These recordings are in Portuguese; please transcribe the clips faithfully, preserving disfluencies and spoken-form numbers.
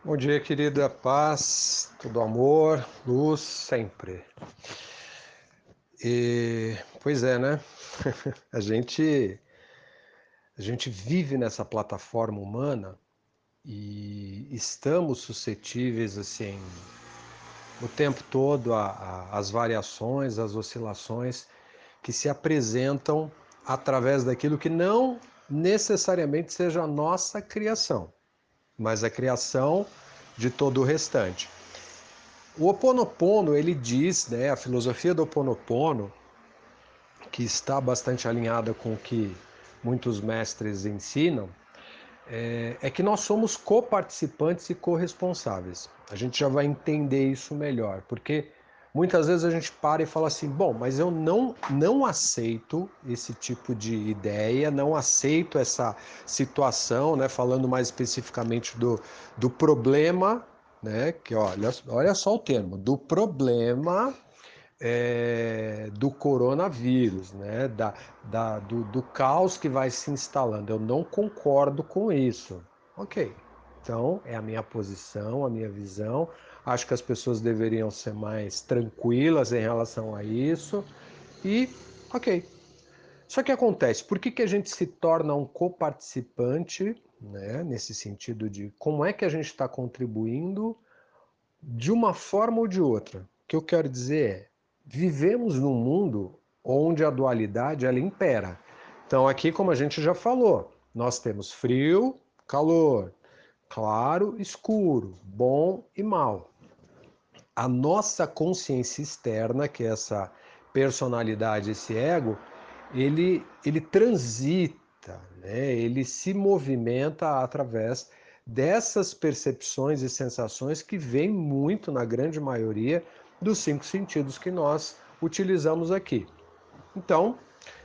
Bom dia, querida. Paz, todo amor, luz, sempre. E, pois é, né? A gente, a gente vive nessa plataforma humana e estamos suscetíveis, assim, o tempo todo a- a- às variações, às oscilações que se apresentam através daquilo que não necessariamente seja a nossa criação, mas a criação de todo o restante. O Ho Oponopono, ele diz, né, a filosofia do Ho Oponopono, que está bastante alinhada com o que muitos mestres ensinam, é, é que nós somos coparticipantes e corresponsáveis. A gente já vai entender isso melhor, porque muitas vezes a gente para e fala assim, bom, mas eu não, não aceito esse tipo de ideia, não aceito essa situação, né, falando mais especificamente do, do problema, né, que olha, olha só o termo, do problema é, do coronavírus, né? da, da, do, do caos que vai se instalando. Eu não concordo com isso. Ok, então é a minha posição, a minha visão. Acho que as pessoas deveriam ser mais tranquilas em relação a isso. E, ok. Só que acontece, por que, que a gente se torna um coparticipante, né? Nesse sentido de como é que a gente está contribuindo de uma forma ou de outra? O que eu quero dizer é, vivemos num mundo onde a dualidade ela impera. Então aqui, como a gente já falou, nós temos frio, calor, claro, escuro, bom e mal. A nossa consciência externa, que é essa personalidade, esse ego, ele, ele transita, né? Ele se movimenta através dessas percepções e sensações que vêm muito, na grande maioria, dos cinco sentidos que nós utilizamos aqui. Então,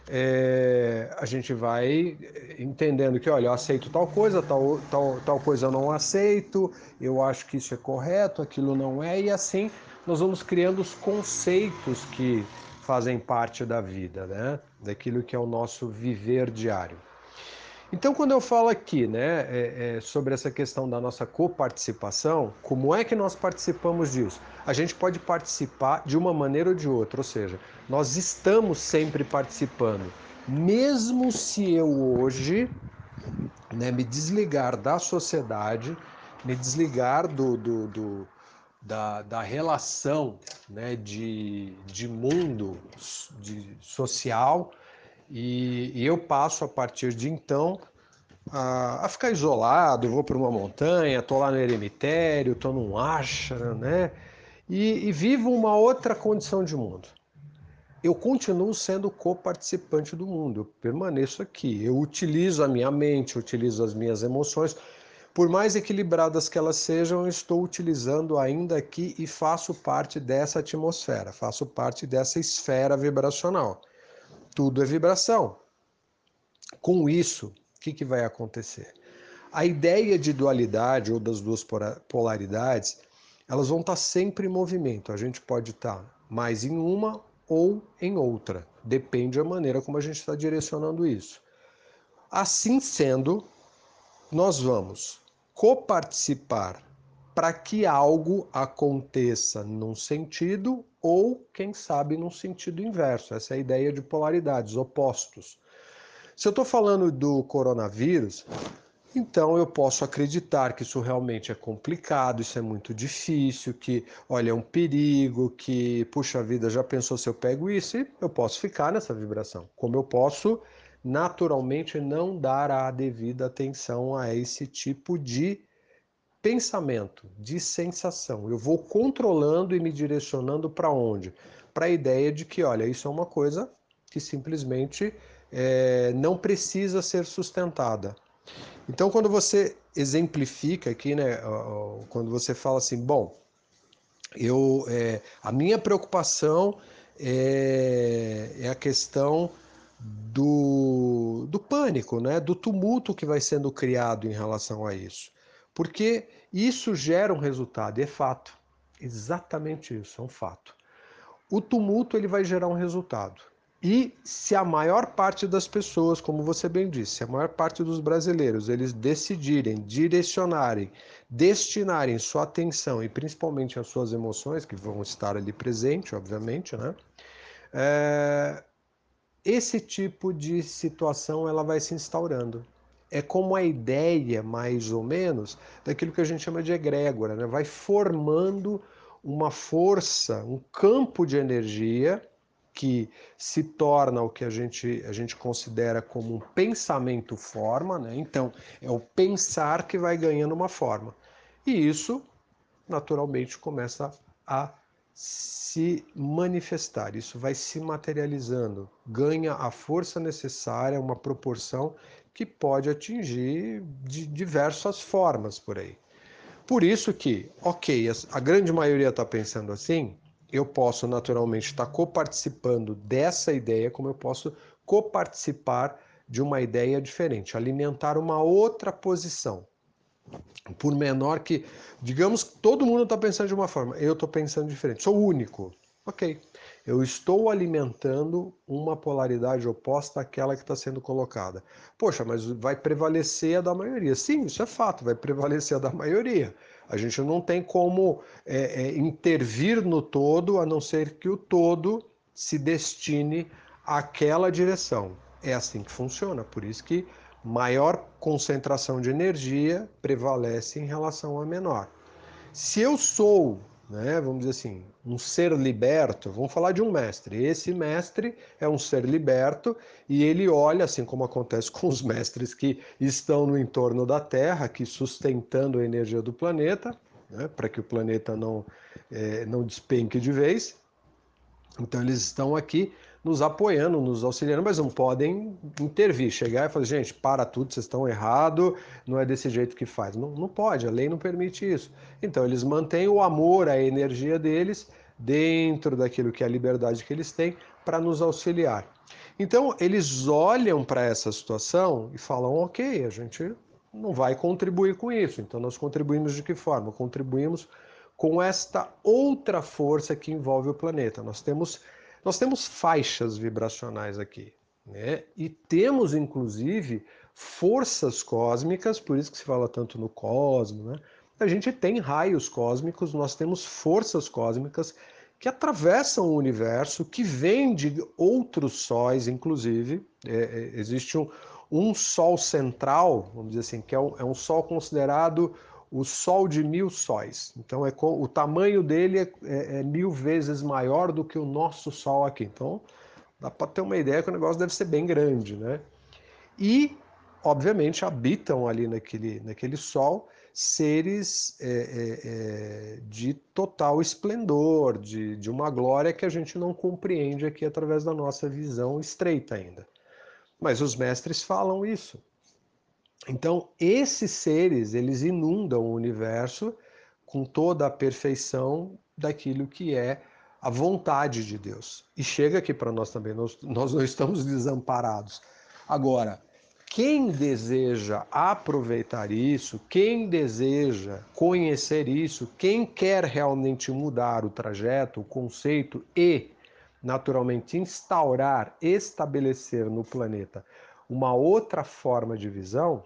é, a gente vai entendendo que, olha, eu aceito tal coisa, tal, tal, tal coisa eu não aceito, eu acho que isso é correto, aquilo não é, e assim nós vamos criando os conceitos que fazem parte da vida, né? Daquilo que é o nosso viver diário. Então, quando eu falo aqui, né, é, é, sobre essa questão da nossa coparticipação, como é que nós participamos disso? A gente pode participar de uma maneira ou de outra, ou seja, nós estamos sempre participando, mesmo se eu hoje, né, me desligar da sociedade, me desligar do, do, do da, da relação, né, de, de mundo de social, e, e eu passo a partir de então a, a ficar isolado, vou para uma montanha, estou lá no eremitério, estou num ashram, né? E, e vivo uma outra condição de mundo. Eu continuo sendo coparticipante do mundo, eu permaneço aqui, eu utilizo a minha mente, eu utilizo as minhas emoções, por mais equilibradas que elas sejam, eu estou utilizando ainda aqui e faço parte dessa atmosfera, faço parte dessa esfera vibracional. Tudo é vibração. Com isso, o que, que vai acontecer? A ideia de dualidade ou das duas polaridades, elas vão estar sempre em movimento. A gente pode estar mais em uma ou em outra. Depende da maneira como a gente está direcionando isso. Assim sendo, nós vamos coparticipar para que algo aconteça num sentido ou, quem sabe, num sentido inverso. Essa é a ideia de polaridades, opostos. Se eu estou falando do coronavírus, então eu posso acreditar que isso realmente é complicado, isso é muito difícil, que, olha, é um perigo, que, puxa vida, já pensou se eu pego isso? E eu posso ficar nessa vibração. Como eu posso, naturalmente, não dar a devida atenção a esse tipo de pensamento, de sensação. Eu vou controlando e me direcionando para onde? Para a ideia de que, olha, isso é uma coisa que simplesmente é, não precisa ser sustentada. Então, quando você exemplifica aqui, né, quando você fala assim, bom, eu, é, a minha preocupação é, é a questão do, do pânico, né, do tumulto que vai sendo criado em relação a isso. Porque isso gera um resultado, e é fato. Exatamente isso, é um fato. O tumulto ele vai gerar um resultado. E se a maior parte das pessoas, como você bem disse, a maior parte dos brasileiros, eles decidirem, direcionarem, destinarem sua atenção e principalmente as suas emoções, que vão estar ali presentes, obviamente, né? É, esse tipo de situação ela vai se instaurando. É como a ideia, mais ou menos, daquilo que a gente chama de egrégora, né? Vai formando uma força, um campo de energia que se torna o que a gente, a gente considera como um pensamento forma, né? Então, é o pensar que vai ganhando uma forma. E isso, naturalmente, começa a se manifestar, isso vai se materializando, ganha a força necessária, uma proporção que pode atingir de diversas formas por aí. Por isso que, ok, a grande maioria está pensando assim, eu posso naturalmente estar coparticipando dessa ideia, como eu posso coparticipar de uma ideia diferente, alimentar uma outra posição. Por menor que, digamos que todo mundo está pensando de uma forma, eu estou pensando diferente, sou único. Ok, eu estou alimentando uma polaridade oposta àquela que está sendo colocada. Poxa, mas vai prevalecer a da maioria. Sim, isso é fato, vai prevalecer a da maioria. A gente não tem como é, é, intervir no todo, a não ser que o todo se destine àquela direção. É assim que funciona, por isso que maior concentração de energia prevalece em relação a menor. Se eu sou, né, vamos dizer assim, um ser liberto, vamos falar de um mestre. Esse mestre é um ser liberto e ele olha, assim como acontece com os mestres que estão no entorno da Terra, aqui sustentando a energia do planeta, né, para que o planeta não, é, não despenque de vez. Então eles estão aqui nos apoiando, nos auxiliando, mas não podem intervir, chegar e falar, gente, para tudo, vocês estão errado, não é desse jeito que faz. Não, não pode, a lei não permite isso. Então eles mantêm o amor, a energia deles dentro daquilo que é a liberdade que eles têm para nos auxiliar. Então eles olham para essa situação e falam, ok, a gente não vai contribuir com isso. Então nós contribuímos de que forma? Contribuímos com esta outra força que envolve o planeta. Nós temos, nós temos faixas vibracionais aqui, né? E temos, inclusive, forças cósmicas, por isso que se fala tanto no cosmos, né? A gente tem raios cósmicos, nós temos forças cósmicas que atravessam o universo, que vêm de outros sóis, inclusive. É, é, existe um, um sol central, vamos dizer assim, que é um, é um sol considerado o Sol de mil sóis. Então é, o tamanho dele é, é, é mil vezes maior do que o nosso Sol aqui. Então dá para ter uma ideia que o negócio deve ser bem grande, né? E, obviamente, habitam ali naquele, naquele Sol seres é, é, é, de total esplendor, de, de uma glória que a gente não compreende aqui através da nossa visão estreita ainda. Mas os mestres falam isso. Então, esses seres, eles inundam o universo com toda a perfeição daquilo que é a vontade de Deus. E chega aqui para nós também, nós, nós não estamos desamparados. Agora, quem deseja aproveitar isso, quem deseja conhecer isso, quem quer realmente mudar o trajeto, o conceito e, naturalmente, instaurar, estabelecer no planeta uma outra forma de visão,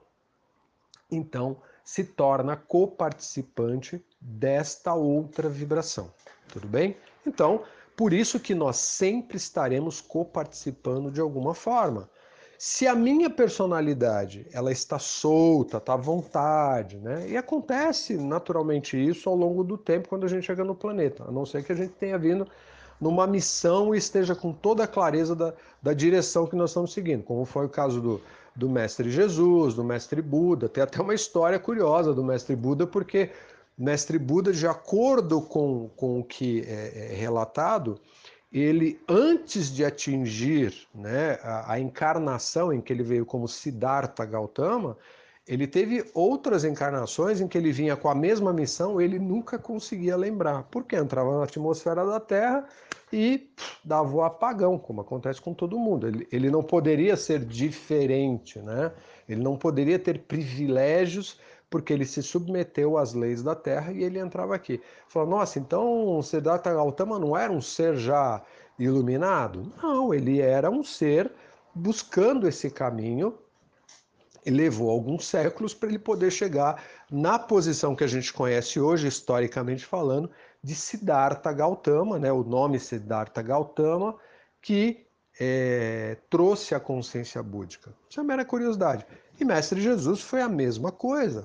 então se torna coparticipante desta outra vibração. Tudo bem? Então, por isso que nós sempre estaremos coparticipando de alguma forma. Se a minha personalidade ela está solta, está à vontade, né? E acontece naturalmente isso ao longo do tempo quando a gente chega no planeta, a não ser que a gente tenha vindo numa missão e esteja com toda a clareza da, da direção que nós estamos seguindo, como foi o caso do, do Mestre Jesus, do Mestre Buda. Tem até uma história curiosa do Mestre Buda, porque Mestre Buda, de acordo com, com o que é, é relatado, ele, antes de atingir, né, a, a encarnação em que ele veio como Siddhartha Gautama, ele teve outras encarnações em que ele vinha com a mesma missão, ele nunca conseguia lembrar, porque entrava na atmosfera da Terra e pff, dava o apagão, como acontece com todo mundo. Ele, ele não poderia ser diferente, né? Ele não poderia ter privilégios porque ele se submeteu às leis da Terra e ele entrava aqui. Falou, nossa, então Siddhartha Gautama não era um ser já iluminado. Não, ele era um ser buscando esse caminho e levou alguns séculos para ele poder chegar na posição que a gente conhece hoje, historicamente falando, de Siddhartha Gautama, né? O nome Siddhartha Gautama, que é, trouxe a consciência búdica. Isso é mera curiosidade. E Mestre Jesus foi a mesma coisa.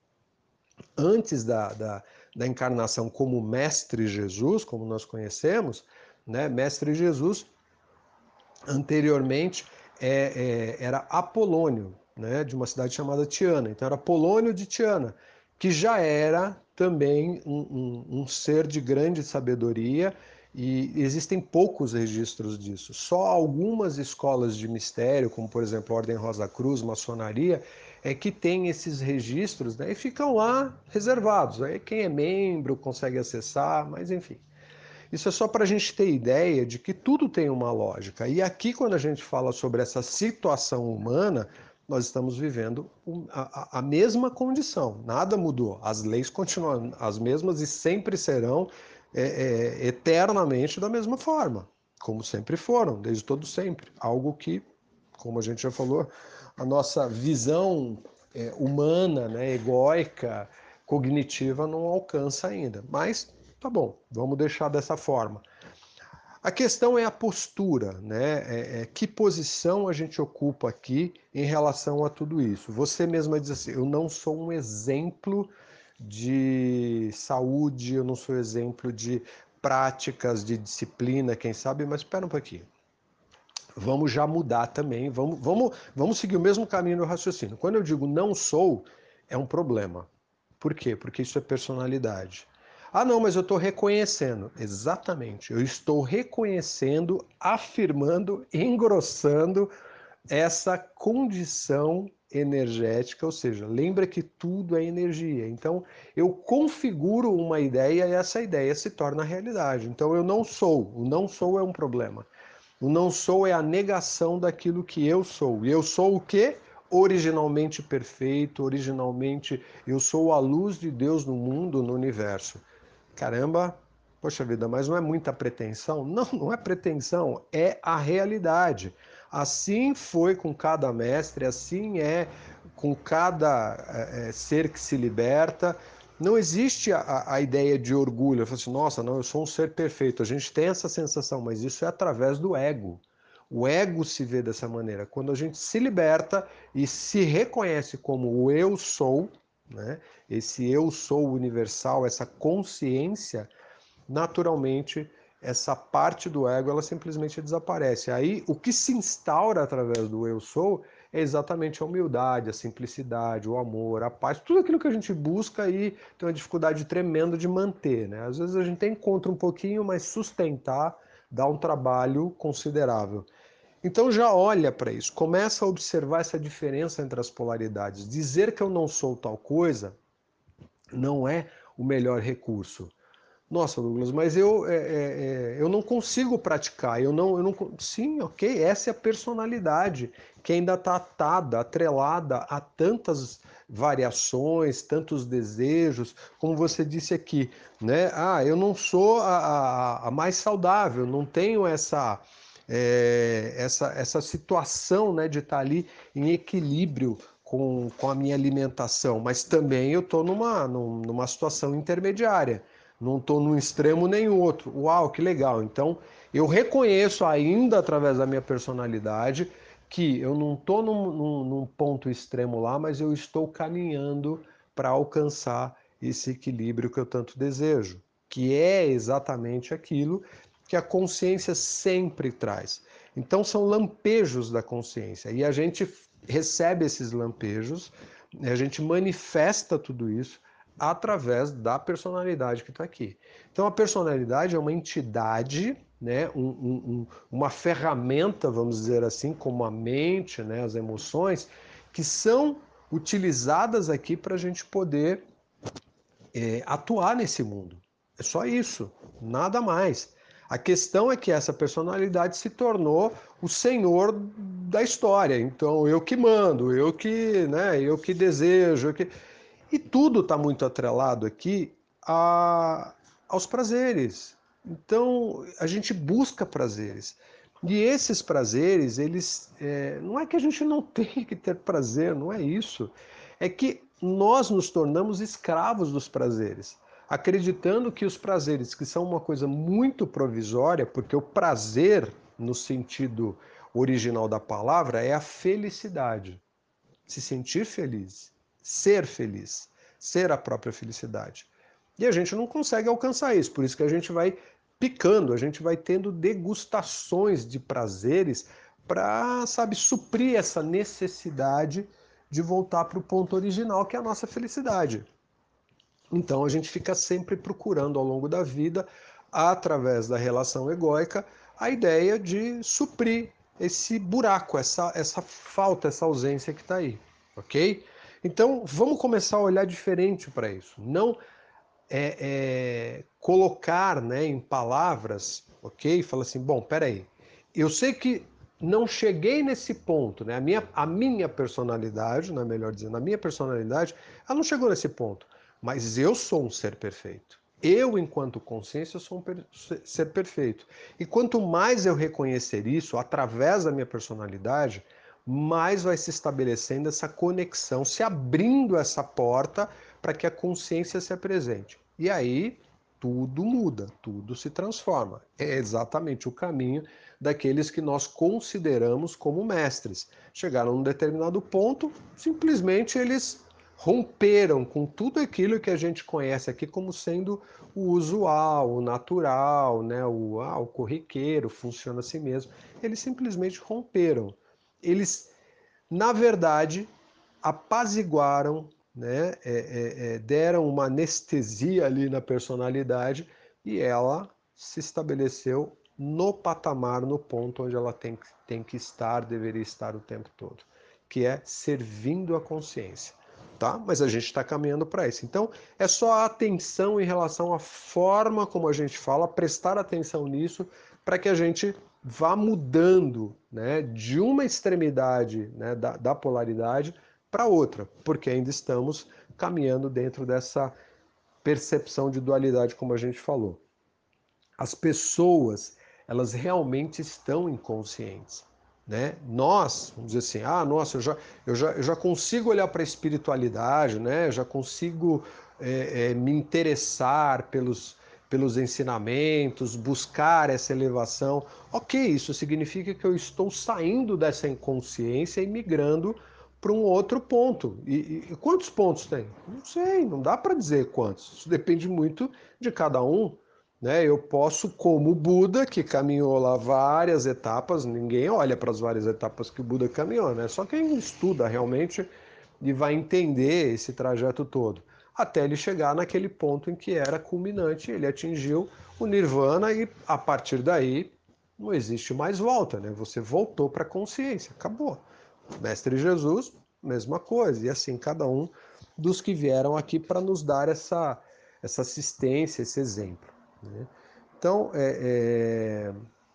Antes da, da, da encarnação como Mestre Jesus, como nós conhecemos, né? Mestre Jesus, anteriormente, é, é, era Apolônio, né, de uma cidade chamada Tiana. Então era Polônio de Tiana, que já era também um, um, um ser de grande sabedoria, e existem poucos registros disso. Só algumas escolas de mistério, como por exemplo a Ordem Rosa Cruz, maçonaria, é que tem esses registros, né, e ficam lá reservados. Aí quem é membro consegue acessar, mas enfim. Isso é só para a gente ter ideia de que tudo tem uma lógica. E aqui, quando a gente fala sobre essa situação humana, nós estamos vivendo a, a mesma condição. Nada mudou. As leis continuam as mesmas e sempre serão é, é, eternamente da mesma forma, como sempre foram, desde todo sempre. Algo que, como a gente já falou, a nossa visão é, humana, né, egóica, cognitiva não alcança ainda. Mas tá bom, vamos deixar dessa forma. A questão é a postura, né? É, é, que posição a gente ocupa aqui em relação a tudo isso. Você mesma diz assim, eu não sou um exemplo de saúde, eu não sou exemplo de práticas, de disciplina, quem sabe, mas espera um pouquinho. Vamos já mudar também, vamos, vamos, vamos seguir o mesmo caminho do raciocínio. Quando eu digo não sou, é um problema. Por quê? Porque isso é personalidade. Ah, não, mas eu estou reconhecendo. Exatamente. Eu estou reconhecendo, afirmando, engrossando essa condição energética, ou seja, lembra que tudo é energia. Então, eu configuro uma ideia e essa ideia se torna realidade. Então, eu não sou. O não sou é um problema. O não sou é a negação daquilo que eu sou. E eu sou o quê? Originalmente perfeito, originalmente eu sou a luz de Deus no mundo, no universo. Caramba, poxa vida, mas não é muita pretensão? Não, não é pretensão, é a realidade. Assim foi com cada mestre, assim é com cada é, ser que se liberta. Não existe a, a ideia de orgulho. Eu falo assim, nossa, não, eu sou um ser perfeito. A gente tem essa sensação, mas isso é através do ego. O ego se vê dessa maneira. Quando a gente se liberta e se reconhece como o eu sou, né? Esse eu sou universal, essa consciência, naturalmente essa parte do ego ela simplesmente desaparece. Aí o que se instaura através do eu sou é exatamente a humildade, a simplicidade, o amor, a paz, tudo aquilo que a gente busca e tem uma dificuldade tremenda de manter, né? Às vezes a gente encontra um pouquinho, mas sustentar dá um trabalho considerável. Então já olha para isso, começa a observar essa diferença entre as polaridades. Dizer que eu não sou tal coisa não é o melhor recurso. Nossa, Douglas, mas eu, é, é, eu não consigo praticar, eu não, eu não. Sim, ok, essa é a personalidade que ainda está atada, atrelada a tantas variações, tantos desejos, como você disse aqui, né? Ah, eu não sou a, a, a mais saudável, não tenho essa, é, essa, essa situação, né, de estar ali em equilíbrio com, com a minha alimentação, mas também eu estou numa, numa situação intermediária. Não estou num extremo nem outro. Uau, que legal. Então, eu reconheço ainda através da minha personalidade que eu não estou num, num, num ponto extremo lá, mas eu estou caminhando para alcançar esse equilíbrio que eu tanto desejo, que é exatamente aquilo que a consciência sempre traz. Então, são lampejos da consciência e a gente recebe esses lampejos, a gente manifesta tudo isso através da personalidade que está aqui. Então a personalidade é uma entidade, né, um, um, uma ferramenta, vamos dizer assim, como a mente, né, as emoções, que são utilizadas aqui para a gente poder é, atuar nesse mundo. É só isso, nada mais. A questão é que essa personalidade se tornou o senhor da história. Então eu que mando, eu que, né, eu que desejo, eu que... E tudo está muito atrelado aqui a, aos prazeres. Então, a gente busca prazeres. E esses prazeres, eles, é, não é que a gente não tenha que ter prazer, não é isso. É que nós nos tornamos escravos dos prazeres, acreditando que os prazeres, que são uma coisa muito provisória, porque o prazer, no sentido original da palavra, é a felicidade. Se sentir feliz, ser feliz, ser a própria felicidade. E a gente não consegue alcançar isso, por isso que a gente vai picando, a gente vai tendo degustações de prazeres para, sabe, suprir essa necessidade de voltar para o ponto original, que é a nossa felicidade. Então a gente fica sempre procurando ao longo da vida, através da relação egóica, a ideia de suprir esse buraco, essa, essa falta, essa ausência que está aí, ok? Então vamos começar a olhar diferente para isso. Não é, é, colocar, né, em palavras, ok? Fala assim, bom, peraí, eu sei que não cheguei nesse ponto, né? A minha, a minha personalidade, não é melhor dizendo, a minha personalidade, ela não chegou nesse ponto, mas eu sou um ser perfeito. Eu, enquanto consciência, sou um per ser perfeito. E quanto mais eu reconhecer isso através da minha personalidade, mais vai se estabelecendo essa conexão, se abrindo essa porta para que a consciência se apresente. E aí tudo muda, tudo se transforma. É exatamente o caminho daqueles que nós consideramos como mestres. Chegaram num determinado ponto, simplesmente eles romperam com tudo aquilo que a gente conhece aqui como sendo o usual, o natural, né? o, ah, o corriqueiro, funciona assim mesmo. Eles simplesmente romperam. Eles, na verdade, apaziguaram, né? é, é, é, deram uma anestesia ali na personalidade e ela se estabeleceu no patamar, no ponto onde ela tem, tem que estar, deveria estar o tempo todo, que é servindo a consciência. Tá? Mas a gente está caminhando para isso. Então, é só a atenção em relação à forma como a gente fala, prestar atenção nisso, para que a gente vá mudando, né, de uma extremidade, né, da, da polaridade para outra, porque ainda estamos caminhando dentro dessa percepção de dualidade, como a gente falou. As pessoas, elas realmente estão inconscientes. Né? Nós, vamos dizer assim, ah, nossa, eu já, eu já, eu já consigo olhar para a espiritualidade, né? Eu já consigo é, é, me interessar pelos, pelos ensinamentos, buscar essa elevação. Ok, isso significa que eu estou saindo dessa inconsciência e migrando para um outro ponto. E, e quantos pontos tem? Não sei, não dá para dizer quantos. Isso depende muito de cada um. Né? Eu posso, como o Buda, que caminhou lá várias etapas, ninguém olha para as várias etapas que o Buda caminhou, né? Só quem estuda realmente e vai entender esse trajeto todo, até ele chegar naquele ponto em que era culminante, ele atingiu o Nirvana e a partir daí não existe mais volta, né? Você voltou para a consciência, acabou. Mestre Jesus, mesma coisa, e assim cada um dos que vieram aqui para nos dar essa, essa assistência, esse exemplo. Né? Então, é, é,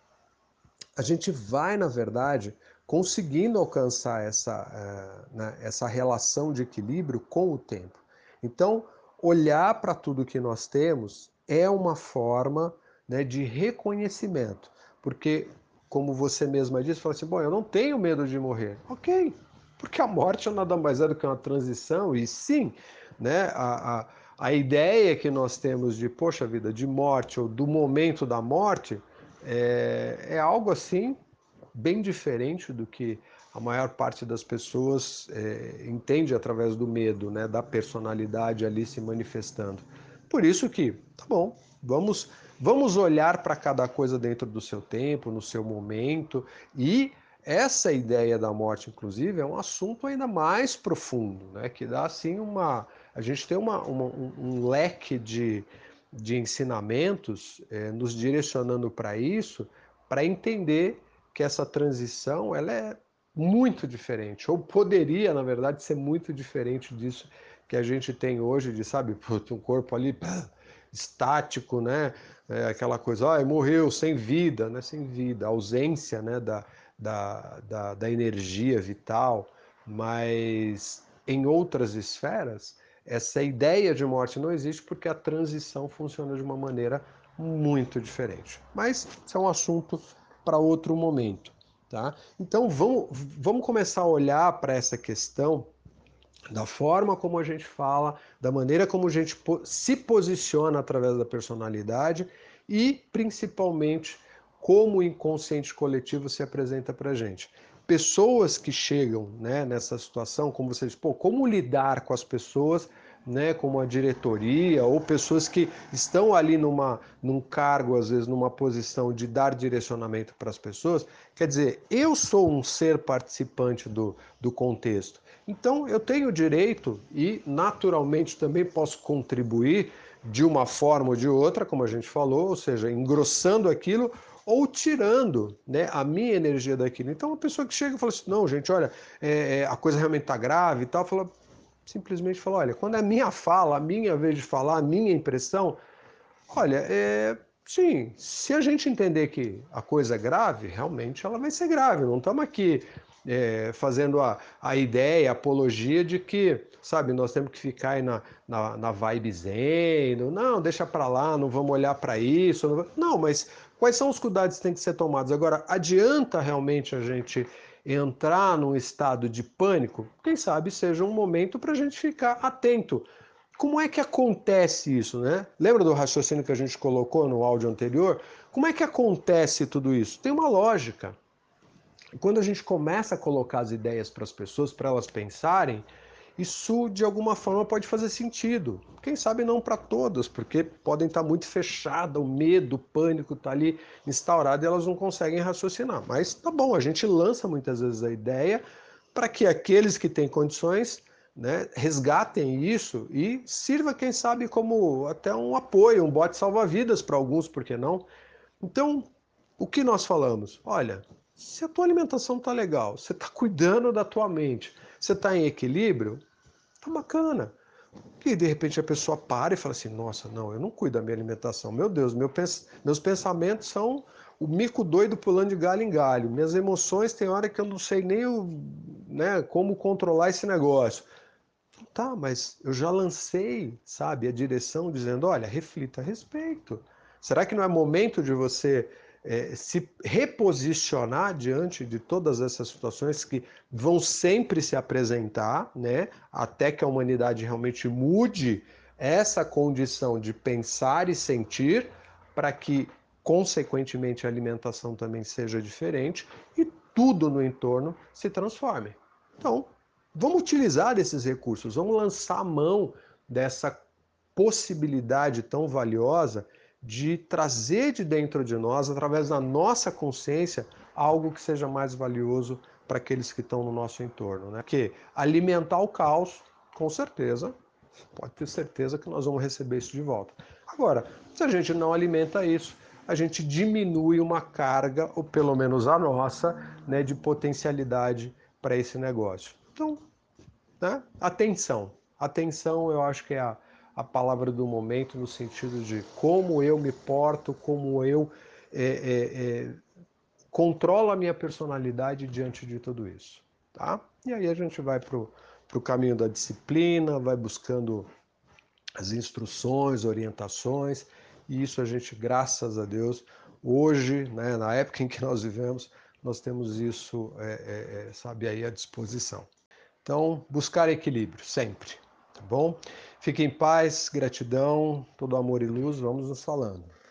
a gente vai, na verdade, conseguindo alcançar essa, é, né, essa relação de equilíbrio com o tempo. Então, olhar para tudo que nós temos é uma forma, né, de reconhecimento. Porque, como você mesma disse, fala assim, bom, eu não tenho medo de morrer. Ok, porque a morte nada mais é do que uma transição, e sim, né, a, a, a ideia que nós temos de, poxa vida, de morte ou do momento da morte é, é algo assim bem diferente do que a maior parte das pessoas é, entende através do medo, né, da personalidade ali se manifestando. Por isso que, tá bom, vamos, vamos olhar para cada coisa dentro do seu tempo, no seu momento, e essa ideia da morte, inclusive, é um assunto ainda mais profundo, né, que dá assim uma... A gente tem uma, uma, um, um leque de, de ensinamentos é, nos direcionando para isso, para entender que essa transição ela é muito diferente, ou poderia, na verdade, ser muito diferente disso que a gente tem hoje, de, sabe, um corpo ali pá, estático, né? É aquela coisa, ah, morreu, sem vida, né? Sem vida, ausência, né? da, da, da, da energia vital, mas em outras esferas, essa ideia de morte não existe porque a transição funciona de uma maneira muito diferente. Mas isso é um assunto para outro momento, tá? Então vamos, vamos começar a olhar para essa questão da forma como a gente fala, da maneira como a gente se posiciona através da personalidade e, principalmente, como o inconsciente coletivo se apresenta para a gente. Pessoas que chegam, né, nessa situação, como vocês, pô, como lidar com as pessoas, né, como a diretoria, ou pessoas que estão ali numa, num cargo, às vezes numa posição de dar direcionamento para as pessoas, quer dizer, eu sou um ser participante do, do contexto. Então eu tenho o direito e naturalmente também posso contribuir de uma forma ou de outra, como a gente falou, ou seja, engrossando aquilo ou tirando, né, a minha energia daquilo. Então a pessoa que chega e fala assim, não, gente, olha, é, a coisa realmente está grave e tal, fala, simplesmente fala, olha, quando é a minha fala, a minha vez de falar, a minha impressão, olha, é, sim, se a gente entender que a coisa é grave, realmente ela vai ser grave. Não estamos aqui é, fazendo a, a ideia, a apologia de que, sabe, nós temos que ficar aí na, na, na vibe zen, não, deixa para lá, não vamos olhar para isso. Não, não, mas quais são os cuidados que têm que ser tomados? Agora, adianta realmente a gente entrar num estado de pânico? Quem sabe seja um momento para a gente ficar atento. Como é que acontece isso, né? Lembra do raciocínio que a gente colocou no áudio anterior? Como é que acontece tudo isso? Tem uma lógica. Quando a gente começa a colocar as ideias para as pessoas, para elas pensarem, isso de alguma forma pode fazer sentido. Quem sabe não para todas, porque podem estar muito fechadas, o medo, o pânico está ali instaurado e elas não conseguem raciocinar. Mas tá bom, a gente lança muitas vezes a ideia para que aqueles que têm condições, né, resgatem isso e sirva, quem sabe, como até um apoio, um bote salva-vidas para alguns, por que não? Então, o que nós falamos? Olha, se a tua alimentação tá legal, você está cuidando da tua mente, você está em equilíbrio, tá bacana. E de repente a pessoa para e fala assim, nossa, não, eu não cuido da minha alimentação. Meu Deus, meu pens... meus pensamentos são o mico doido pulando de galho em galho. Minhas emoções tem hora que eu não sei nem o, né, como controlar esse negócio. Tá, mas eu já lancei, sabe, a direção dizendo, olha, reflita a respeito. Será que não é momento de você é, se reposicionar diante de todas essas situações que vão sempre se apresentar, né, até que a humanidade realmente mude essa condição de pensar e sentir para que, consequentemente, a alimentação também seja diferente e tudo no entorno se transforme. Então, vamos utilizar esses recursos, vamos lançar a mão dessa possibilidade tão valiosa de trazer de dentro de nós, através da nossa consciência, algo que seja mais valioso para aqueles que estão no nosso entorno, né? Porque alimentar o caos, com certeza, pode ter certeza que nós vamos receber isso de volta. Agora, se a gente não alimenta isso, a gente diminui uma carga, ou pelo menos a nossa, né, de potencialidade para esse negócio. Então, né, atenção. Atenção, eu acho que é a, a palavra do momento, no sentido de como eu me porto, como eu é, é, é, controlo a minha personalidade diante de tudo isso. Tá? E aí a gente vai para o caminho da disciplina, vai buscando as instruções, orientações, e isso a gente, graças a Deus, hoje, né, na época em que nós vivemos, nós temos isso, é, é, sabe, aí à disposição. Então, buscar equilíbrio, sempre, tá bom? Fique em paz, gratidão, todo amor e luz, vamos nos falando.